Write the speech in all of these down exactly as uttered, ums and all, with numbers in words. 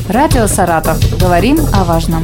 Радио «Саратов». Говорим о важном.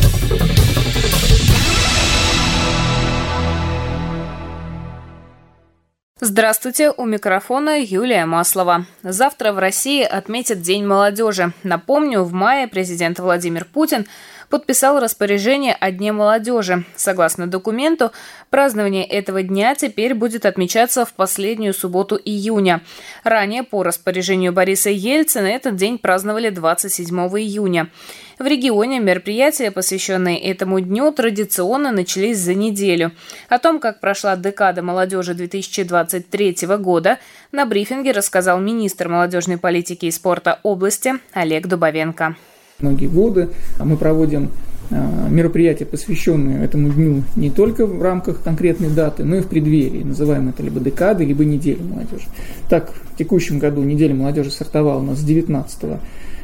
Здравствуйте, у микрофона Юлия Маслова. Завтра в России отметят День молодежи. Напомню, в мае президент Владимир Путин подписал распоряжение о Дне молодежи. Согласно документу, празднование этого дня теперь будет отмечаться в последнюю субботу июня. Ранее, по распоряжению Бориса Ельцина, этот день праздновали двадцать седьмого июня. В регионе мероприятия, посвященные этому дню, традиционно начались за неделю. О том, как прошла декада молодежи две тысячи двадцать третьего года, на брифинге рассказал министр молодежной политики и спорта области Олег Дубовенко. Многие годы мы проводим мероприятия, посвященные этому дню не только в рамках конкретной даты, но и в преддверии. Называем это либо декадой, либо неделей молодежи. Так, в текущем году неделя молодежи стартовала у нас с девятнадцатого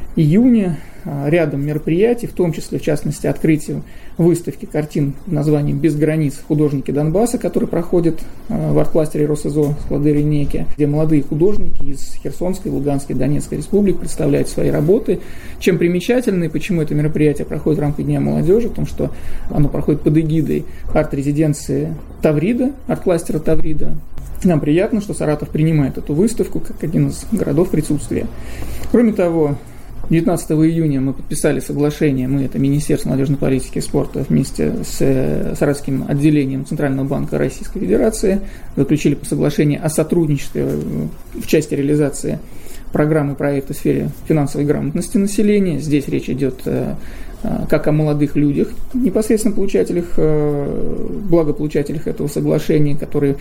июня. Рядом мероприятий, в том числе, в частности, открытие выставки картин под названием «Без границ. Художники Донбасса», который проходит в арт-кластере РосЭзО склады линейки, где молодые художники из Херсонской, Луганской, Донецкой республик представляют свои работы. Чем примечательно и почему это мероприятие проходит в рамках Дня молодежи, в том, что оно проходит под эгидой арт-резиденции Таврида, арт-кластера Таврида. Нам приятно, что Саратов принимает эту выставку как один из городов присутствия. Кроме того, девятнадцатого июня мы подписали соглашение, мы, это Министерство молодежной политики и спорта, вместе с Саратовским отделением Центрального банка Российской Федерации, заключили соглашение о сотрудничестве в части реализации программы проекта в сфере финансовой грамотности населения. Здесь речь идет как о молодых людях, непосредственно получателях, благополучателях этого соглашения, которые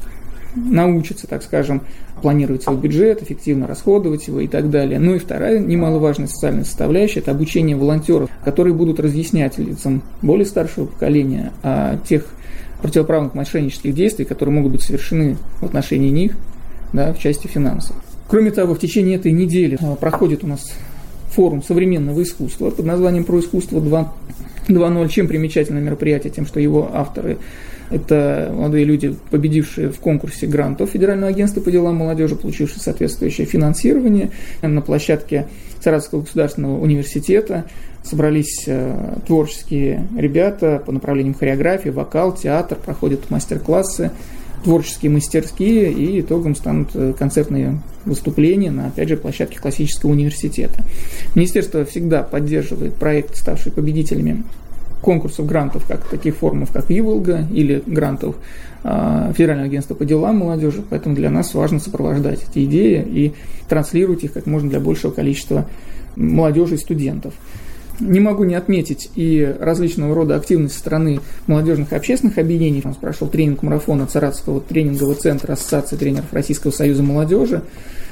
научатся, так скажем, планировать свой бюджет, эффективно расходовать его и так далее. Ну и вторая немаловажная социальная составляющая – это обучение волонтеров, которые будут разъяснять лицам более старшего поколения о тех противоправных мошеннических действиях, которые могут быть совершены в отношении них, да, в части финансов. Кроме того, в течение этой недели проходит у нас форум современного искусства под названием «Про искусство два ноль». Чем примечательно мероприятие? Тем, что его авторы – это молодые люди, победившие в конкурсе грантов Федерального агентства по делам молодежи, получившие соответствующее финансирование. На площадке Саратовского государственного университета собрались творческие ребята по направлениям хореографии, вокал, театр, проходят мастер-классы, творческие мастерские, и итогом станут концертные выступления на, опять же, площадке классического университета. Министерство всегда поддерживает проекты, ставшие победителями конкурсов грантов, как таких форумов, как ИВОЛГа, или грантов э, Федерального агентства по делам молодежи, поэтому для нас важно сопровождать эти идеи и транслировать их как можно для большего количества молодежи и студентов. Не могу не отметить и различного рода активность со стороны молодежных и общественных объединений. У нас прошел тренинг-марафон от Саратовского тренингового центра Ассоциации тренеров Российского союза молодежи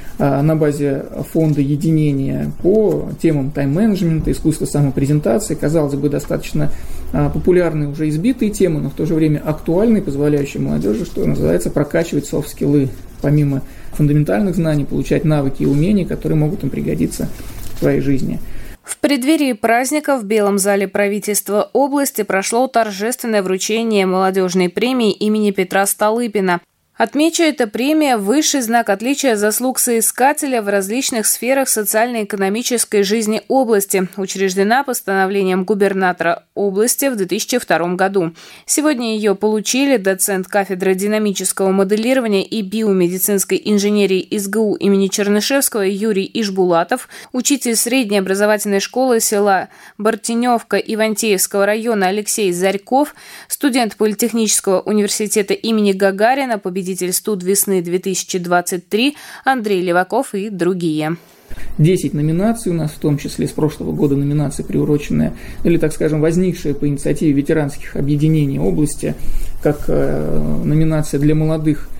на базе фонда единения по темам тайм-менеджмента, искусства самопрезентации. Казалось бы, достаточно популярные, уже избитые темы, но в то же время актуальные, позволяющие молодежи, что называется, прокачивать софт-скиллы, помимо фундаментальных знаний, получать навыки и умения, которые могут им пригодиться в своей жизни. В преддверии праздника в Белом зале правительства области прошло торжественное вручение молодежной премии имени Петра Столыпина. Отмечу, эта премия – высший знак отличия заслуг соискателя в различных сферах социально-экономической жизни области. Учреждена постановлением губернатора области в две тысячи втором году. Сегодня ее получили доцент кафедры динамического моделирования и биомедицинской инженерии ИСГУ имени Чернышевского Юрий Ишбулатов, учитель средней образовательной школы села Бартеневка Ивантеевского района Алексей Зарьков, студент Политехнического университета имени Гагарина, победитель «Студ весны две тысячи двадцать три» Андрей Леваков и другие. Десять номинаций у нас, в том числе с прошлого года номинации, приуроченные, или, так скажем, возникшие по инициативе ветеранских объединений области, как э, номинация для молодых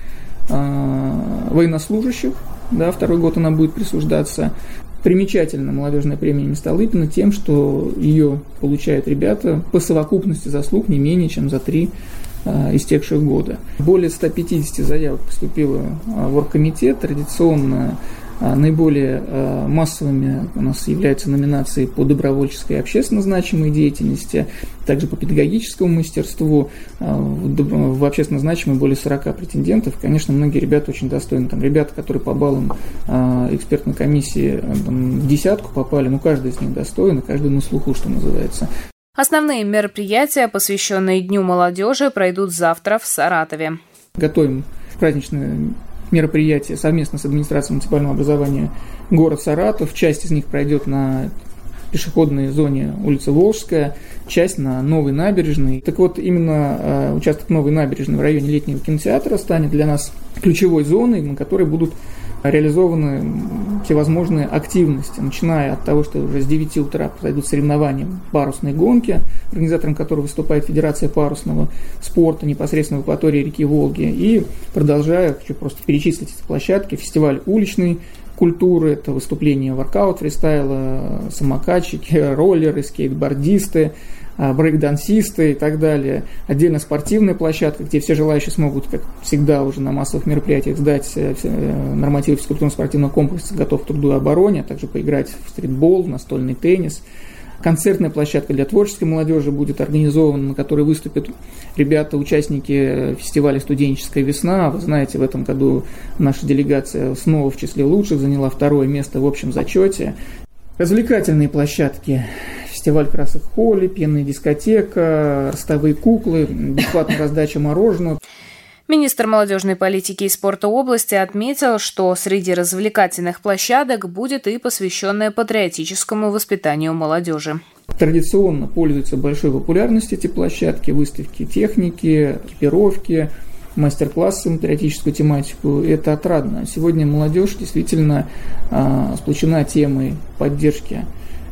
э, военнослужащих, да, второй год она будет присуждаться. Примечательна молодежная премия имени Столыпина тем, что ее получают ребята по совокупности заслуг не менее чем за три истекших года. Более ста пятидесяти заявок поступило в оргкомитет. Традиционно Наиболее массовыми у нас являются номинации по добровольческой и общественно значимой деятельности, также по педагогическому мастерству. В общественно значимой более сорок претендентов. Конечно, многие ребята очень достойны. Там ребята, которые по баллам экспертной комиссии там, в десятку попали, ну каждый из них достоин, каждый на слуху, что называется. Основные мероприятия, посвященные Дню молодежи, пройдут завтра в Саратове. Готовим праздничные мероприятия совместно с администрацией муниципального образования город Саратов. Часть из них пройдет на пешеходной зоне улицы Волжская, часть на Новой набережной. Так вот, именно э, участок Новой набережной в районе летнего кинотеатра станет для нас ключевой зоной, на которой будут реализованы всевозможные активности, начиная от того, что уже с девяти утра пройдут соревнования парусной гонки, организатором которой выступает Федерация парусного спорта непосредственно в акватории реки Волги, и продолжая, хочу просто перечислить эти площадки, фестиваль уличной культуры, это выступления воркаут, фристайла, самокатчики, роллеры, скейтбордисты, брейк-дансисты и так далее. Отдельно спортивная площадка, где все желающие смогут, как всегда уже на массовых мероприятиях, сдать нормативы физкультурно-спортивного комплекса «Готов к труду и обороне», а также поиграть в стритбол, в настольный теннис. Концертная площадка для творческой молодежи будет организована, на которой выступят ребята, участники фестиваля «Студенческая весна». Вы знаете, в этом году наша делегация снова в числе лучших заняла второе место в общем зачете. Развлекательные площадки. Фестиваль красок Холли, пенная дискотека, ростовые куклы, бесплатная раздача мороженого. Министр молодежной политики и спорта области отметил, что среди развлекательных площадок будет и посвященная патриотическому воспитанию молодежи. Традиционно пользуются большой популярностью эти площадки, выставки техники, экипировки, мастер-классы на патриотическую тематику. Это отрадно. Сегодня молодежь действительно а, сплочена темой поддержки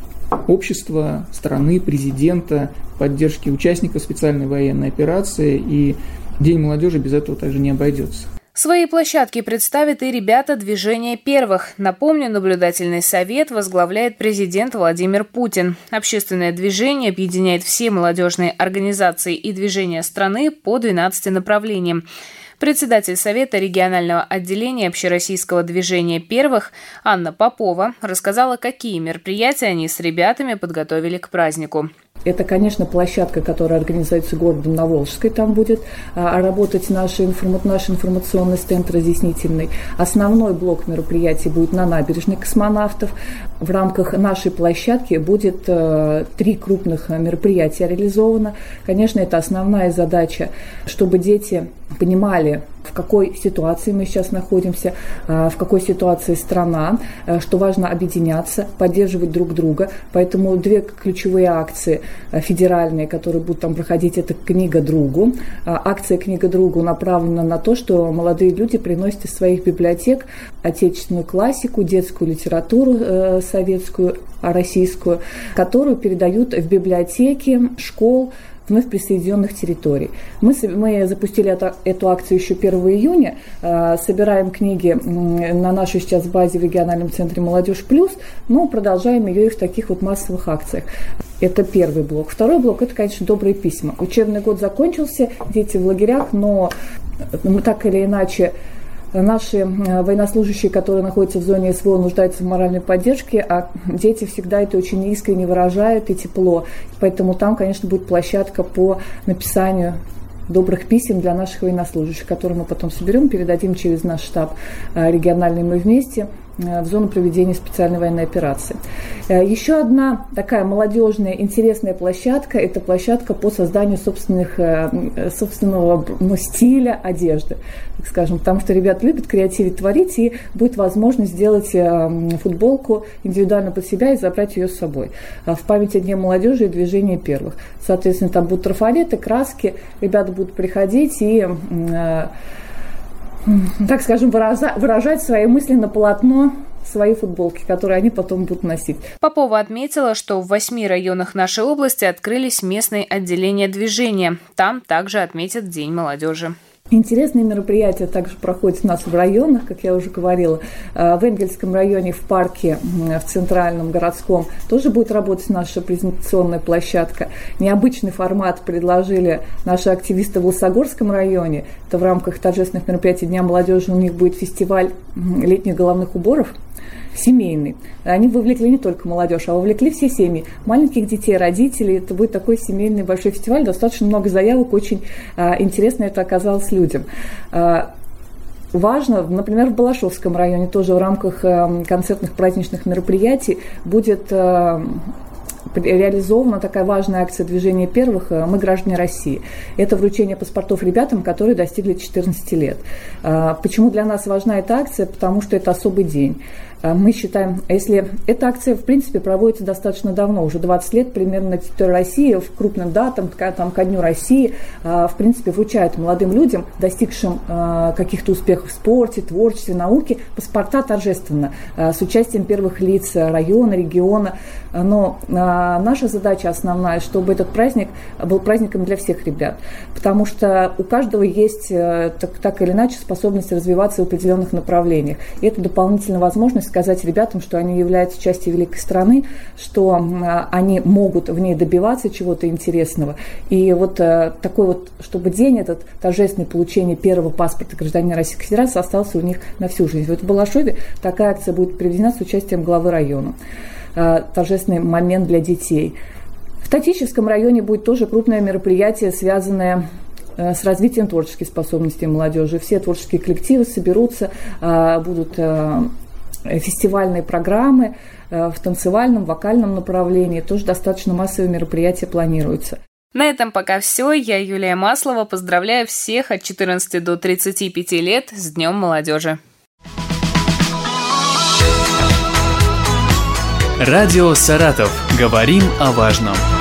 общества, страны, президента, поддержки участников специальной военной операции, и День молодежи без этого также не обойдется. Свои площадки представят и ребята движения первых. Напомню, наблюдательный совет возглавляет президент Владимир Путин. Общественное движение объединяет все молодежные организации и движения страны по двенадцати направлениям. Председатель Совета регионального отделения общероссийского движения первых Анна Попова рассказала, какие мероприятия они с ребятами подготовили к празднику. Это, конечно, площадка, которая организуется городом на Волжской, там будет а, работать наш, информ... наш информационный стенд разъяснительный. Основной блок мероприятий будет на набережной Космонавтов. В рамках нашей площадки будет а, три крупных мероприятия реализовано. Конечно, это основная задача, чтобы дети понимали, в какой ситуации мы сейчас находимся, в какой ситуации страна, что важно объединяться, поддерживать друг друга. Поэтому две ключевые акции федеральные, которые будут там проходить, это «Книга другу». Акция «Книга другу» направлена на то, что молодые люди приносят из своих библиотек отечественную классику, детскую литературу советскую, российскую, которую передают в библиотеки школ вновь присоединенных территорий. Мы, мы запустили это, эту акцию еще первого июня, э, собираем книги на нашей сейчас базе в региональном центре «Молодежь плюс», но продолжаем ее и в таких вот массовых акциях. Это первый блок. Второй блок – это, конечно, добрые письма. Учебный год закончился, дети в лагерях, но мы так или иначе наши военнослужащие, которые находятся в зоне СВО, нуждаются в моральной поддержке, а дети всегда это очень искренне выражают и тепло. Поэтому там, конечно, будет площадка по написанию добрых писем для наших военнослужащих, которые мы потом соберем, передадим через наш штаб региональный «Мы вместе» в зону проведения специальной военной операции. Еще одна такая молодежная интересная площадка – это площадка по созданию собственных, собственного ну, стиля одежды, так скажем, потому что ребята любят креативить, творить, и будет возможность сделать футболку индивидуально под себя и забрать ее с собой в память о Дне молодежи и движения первых. Соответственно, там будут трафареты, краски, ребята будут приходить и, так скажем, выражать свои мысли на полотно, свои футболки, которые они потом будут носить. Попова отметила, что в восьми районах нашей области открылись местные отделения движения. Там также отметят День молодежи. Интересные мероприятия также проходят у нас в районах, как я уже говорила. В Энгельском районе, в парке, в Центральном городском тоже будет работать наша презентационная площадка. Необычный формат предложили наши активисты в Лысогорском районе. Это в рамках торжественных мероприятий Дня молодежи. У них будет фестиваль летних головных уборов семейный. Они вовлекли не только молодежь, а вовлекли все семьи, маленьких детей, родителей. Это будет такой семейный большой фестиваль, достаточно много заявок, очень а, интересно это оказалось людям. А, важно, например, в Балашовском районе тоже в рамках а, концертных праздничных мероприятий будет а, реализована такая важная акция движения первых «Мы граждане России». Это вручение паспортов ребятам, которые достигли четырнадцати лет. Почему для нас важна эта акция? Потому что это особый день. Мы считаем, если эта акция, в принципе, проводится достаточно давно, уже двадцать лет примерно на территории России, в крупным датам, там, ко Дню России, в принципе, вручают молодым людям, достигшим каких-то успехов в спорте, творчестве, науке, паспорта торжественно, с участием первых лиц района, региона. Но наша задача основная, чтобы этот праздник был праздником для всех ребят, потому что у каждого есть так, так или иначе способность развиваться в определенных направлениях. И это дополнительная возможность сказать ребятам, что они являются частью великой страны, что они могут в ней добиваться чего-то интересного. И вот такой вот, чтобы день этот торжественный получения первого паспорта гражданина Российской Федерации остался у них на всю жизнь. Вот в Балашове такая акция будет проведена с участием главы района. Торжественный момент для детей. В Татищевском районе будет тоже крупное мероприятие, связанное с развитием творческих способностей молодежи. Все творческие коллективы соберутся, будут фестивальные программы в танцевальном, вокальном направлении. Тоже достаточно массовые мероприятия планируются. На этом пока все. Я, Юлия Маслова, поздравляю всех от четырнадцати до тридцати пяти лет с Днем молодежи. Радио «Саратов». Говорим о важном.